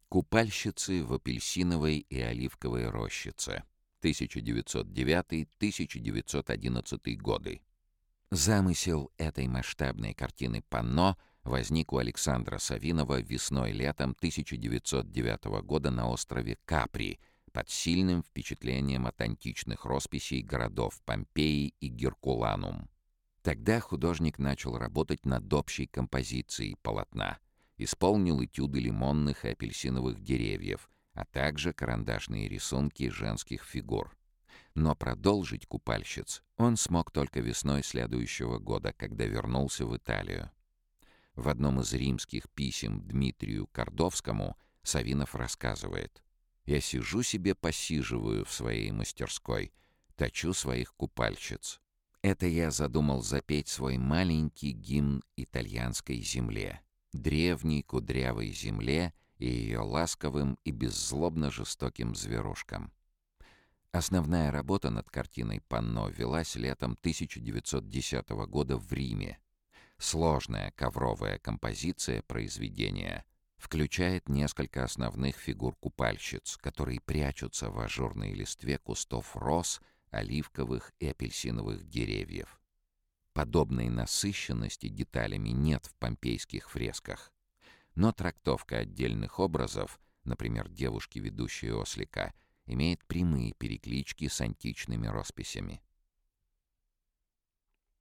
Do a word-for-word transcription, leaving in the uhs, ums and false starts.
Купальщицы в апельсиновой и оливковой рощице. тысяча девятьсот девятый — тысяча девятьсот одиннадцатый годы. Замысел этой масштабной картины панно возник у Александра Савинова весной-летом тысяча девятьсот девятого года на острове Капри под сильным впечатлением от античных росписей городов Помпеи и Геркуланум. Тогда художник начал работать над общей композицией полотна. Исполнил этюды лимонных и апельсиновых деревьев, а также карандашные рисунки женских фигур. Но продолжить «Купальщиц» он смог только весной следующего года, когда вернулся в Италию. В одном из римских писем Дмитрию Кордовскому Савинов рассказывает: «Я сижу себе, посиживаю в своей мастерской, точу своих купальщиц. Это я задумал запеть свой маленький гимн итальянской земле, древней кудрявой земле и ее ласковым и беззлобно жестоким зверушкам». Основная работа над картиной панно велась летом тысяча девятьсот десятого года в Риме. Сложная ковровая композиция произведения включает несколько основных фигур купальщиц, которые прячутся в ажурной листве кустов роз, оливковых и апельсиновых деревьев. Подобной насыщенности деталями нет в помпейских фресках. Но трактовка отдельных образов, например, девушки, ведущей ослика, имеет прямые переклички с античными росписями.